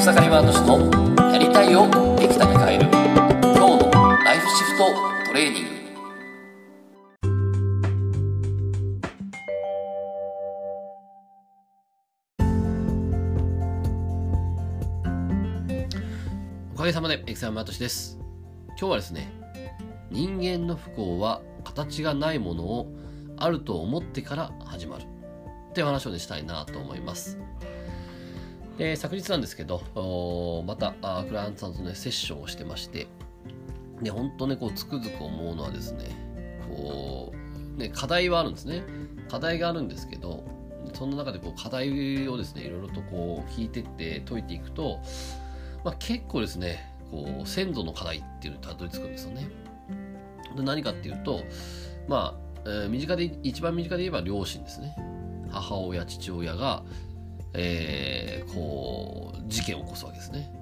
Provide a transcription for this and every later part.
草刈ワード氏のやりたいをできたに変える今日のライフシフトトレーニング。おかげさまで草刈ワード氏です。今日はですね、人間の不幸は形がないものをあると思ってから始まるっていう話をしたいなと思います。で、昨日なんですけど、またクライアントさんとねセッションをしてまして、で本当ねつくづく思うのはですね、課題はあるんですね。課題があるんですけど、その中で課題をですねいろいろと聞いてって解いていくと、結構ですね先祖の課題っていうのにたどり着くんですよね。で、何かっていうと、一番身近で言えば両親ですね。母親父親が事件を起こすわけですね。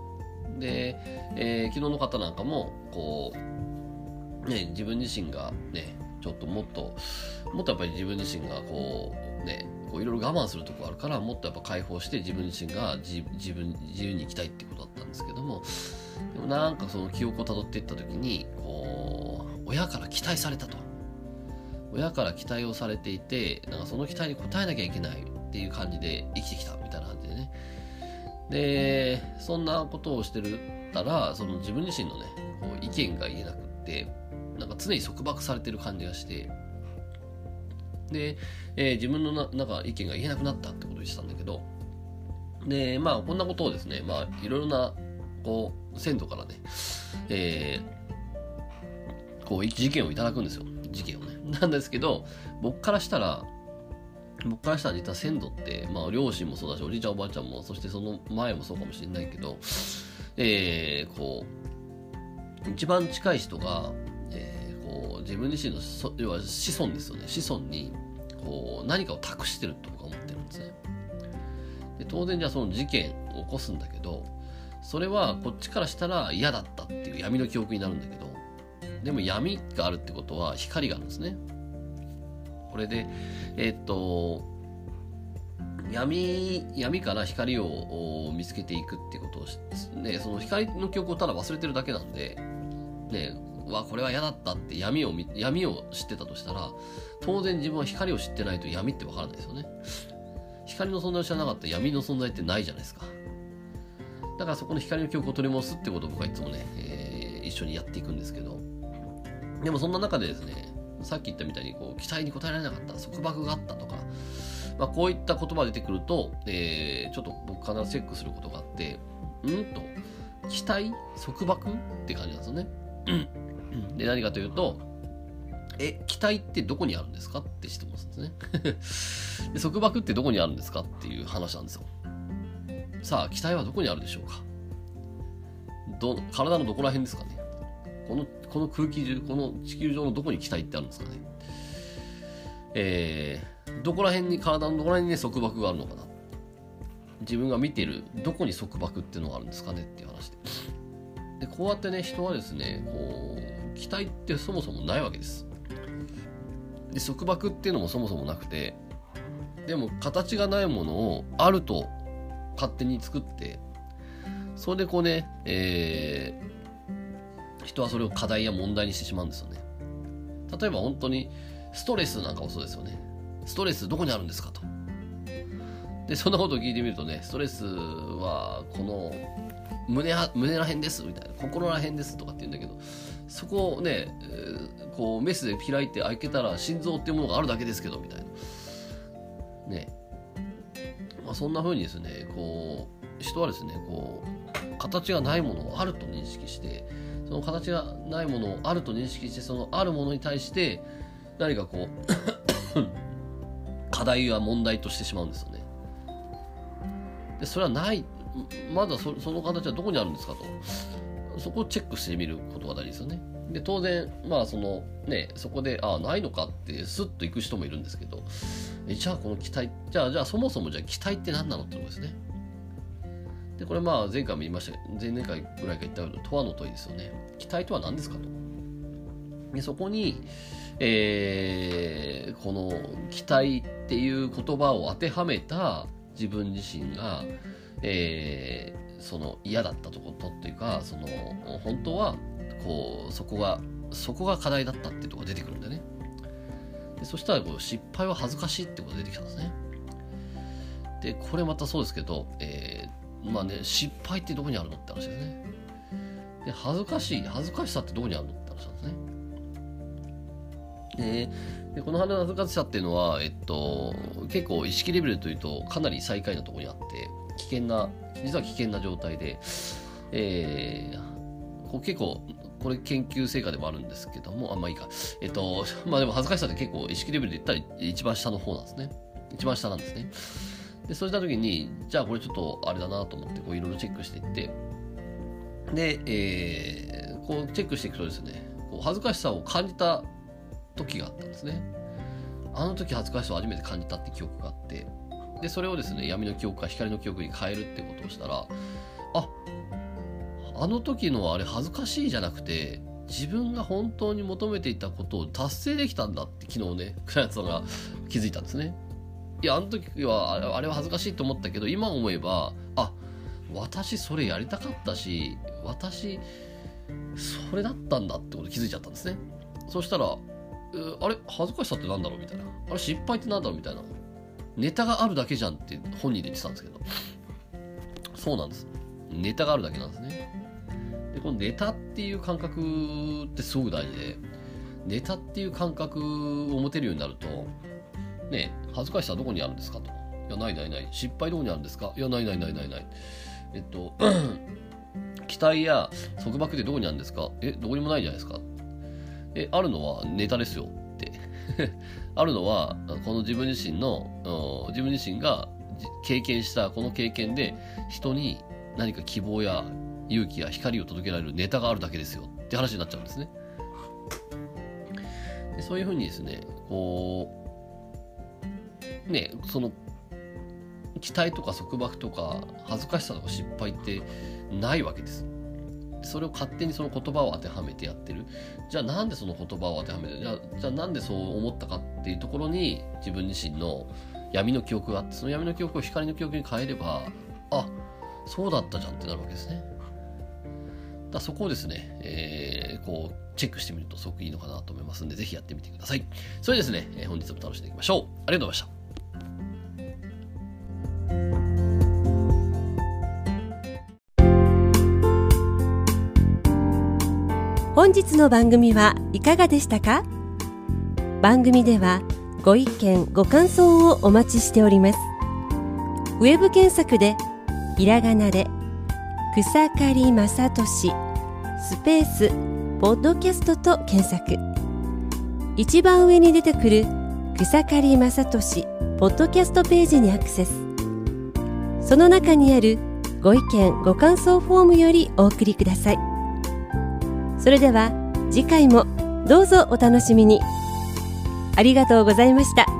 で、昨日の方なんかも自分自身がねちょっともっとやっぱり自分自身がいろいろ我慢するところあるから、もっとやっぱ解放して自分自身が自由に生きたいっていうことだったんですけども、でもなんかその記憶をたどっていった時に親から期待されたと、親から期待をされていて、なんかその期待に応えなきゃいけないっていう感じで生きてきたみたいな感じでね。で、そんなことをしてるたら、その自分自身のね意見が言えなくって、なんか常に束縛されてる感じがして、で、自分のなんか意見が言えなくなったってことを言ってたんだけど、でこんなことをですねいろいろな先祖からね事件をいただくんですよ。事件をね。なんですけど、僕からしたら実は先祖って、両親もそうだし、おじいちゃんおばあちゃんも、そしてその前もそうかもしれないけど、一番近い人が、自分自身の要は子孫ですよね。子孫に何かを託してると僕は思ってるんですね。で、当然じゃあその事件を起こすんだけど、それはこっちからしたら嫌だったっていう闇の記憶になるんだけど、でも闇があるってことは光があるんですね。これで闇から光を見つけていくっていうことをね、その光の記憶をただ忘れてるだけなんでね、これは嫌だったって闇を知ってたとしたら、当然自分は光を知ってないと闇ってわからないですよね。光の存在を知らなかったら闇の存在ってないじゃないですか。だからそこの光の記憶を取り戻すってことを僕はいつもね、一緒にやっていくんですけど、でもそんな中でですね、さっき言ったみたいに期待に応えられなかった、束縛があったとか、こういった言葉が出てくると、ちょっと僕必ずチェックすることがあって、期待束縛って感じなんですよね。で、何かというと、期待ってどこにあるんですかって質問するんですね。で、束縛ってどこにあるんですかっていう話なんですよ。さあ、期待はどこにあるでしょうか。体のどこら辺ですかね。この空気中、この地球上のどこに期待ってあるんですかね。体のどこら辺にね束縛があるのかな。自分が見ているどこに束縛っていうのがあるんですかねっていう話で。で、こうやってね、人はですね期待ってそもそもないわけです。で、束縛っていうのもそもそもなくて、でも形がないものをあると勝手に作って、それで人はそれを課題や問題にしてしまうんですよね。例えば本当にストレスなんかもそうですよね。ストレスどこにあるんですかと。で、そんなことを聞いてみるとね、ストレスはこの胸ら辺ですみたいな、心ら辺ですとかって言うんだけど、そこをね、メスで開いて開けたら心臓っていうものがあるだけですけどみたいなね。そんな風にですね人はですね形がないものをあると認識して、その形がないものをあると認識して、そのあるものに対して何か課題や問題としてしまうんですよね。で、それはない、まだその形はどこにあるんですかと、そこをチェックしてみることが大事ですよね。で、当然そこでないのかってスッと行く人もいるんですけど、じゃあこの期待、じゃあそもそも期待って何なのってことですね。で、これ前回も言いましたけど、前々回ぐらいか言ったように、とはの問いですよね。期待とは何ですかと。で、そこに、この期待っていう言葉を当てはめた自分自身が、 その嫌だったとことっていうか、その本当はこうそこが課題だったっていうところが出てくるんだよね。でそしたらこう失敗は恥ずかしいってことが出てきたんですね。でこれまたそうですけど、まあね、失敗ってどこにあるのって話ですね。で恥ずかしさってどこにあるのって話なんですね。でこの恥ずかしさっていうのは、結構意識レベルというとかなり最下位のところにあって、実は危険な状態で、こう結構これ研究成果でもあるんですけども、まあいいか。まあでも恥ずかしさって結構意識レベルで言ったら一番下の方なんですね。一番下なんですね。で、そうした時に、じゃあこれちょっとあれだなと思って、こういろいろチェックしていって、で、こうチェックしていくとですね、こう恥ずかしさを感じた時があったんですね。あの時恥ずかしさを初めて感じたって記憶があって、で、それをですね、闇の記憶から光の記憶に変えるってことをしたら、あの時のあれ恥ずかしいじゃなくて、自分が本当に求めていたことを達成できたんだって昨日ね、クライアントさんが気づいたんですね。いや、あの時はあれは恥ずかしいと思ったけど、今思えば、私それやりたかったし、私それだったんだってこと気づいちゃったんですね。そしたら、あれ恥ずかしさってなんだろうみたいな。あれ失敗ってなんだろうみたいな。ネタがあるだけじゃんって本人で言ってたんですけど、そうなんです。ネタがあるだけなんですね。でこのネタっていう感覚ってすごく大事で、ネタっていう感覚を持てるようになるとね、恥ずかしさはどこにあるんですかと。いや、ない。失敗どこにあるんですか。いや、ない。期待や束縛ってどこにあるんですか。どこにもないじゃないですか。あるのはネタですよってあるのはこの自分自身が経験したこの経験で人に何か希望や勇気や光を届けられるネタがあるだけですよって話になっちゃうんですね。でそういうふうにですね、こうね、その期待とか束縛とか恥ずかしさとか失敗ってないわけです。それを勝手にその言葉を当てはめてやってる。じゃあなんでその言葉を当てはめてる、じゃあなんでそう思ったかっていうところに自分自身の闇の記憶があって、その闇の記憶を光の記憶に変えれば、そうだったじゃんってなるわけですね。だそこをですね、こうチェックしてみるとすごくいいのかなと思いますので、ぜひやってみてください。それですね、本日も楽しんでいきましょう。ありがとうございました。 本日の番組はいかがでしたか？番組ではご意見ご感想をお待ちしております。ウェブ検索でひらがなで草刈正俊スペースポッドキャストと検索。一番上に出てくる草刈正俊ポッドキャストページにアクセス。その中にあるご意見ご感想フォームよりお送りください。それでは次回もどうぞお楽しみに。ありがとうございました。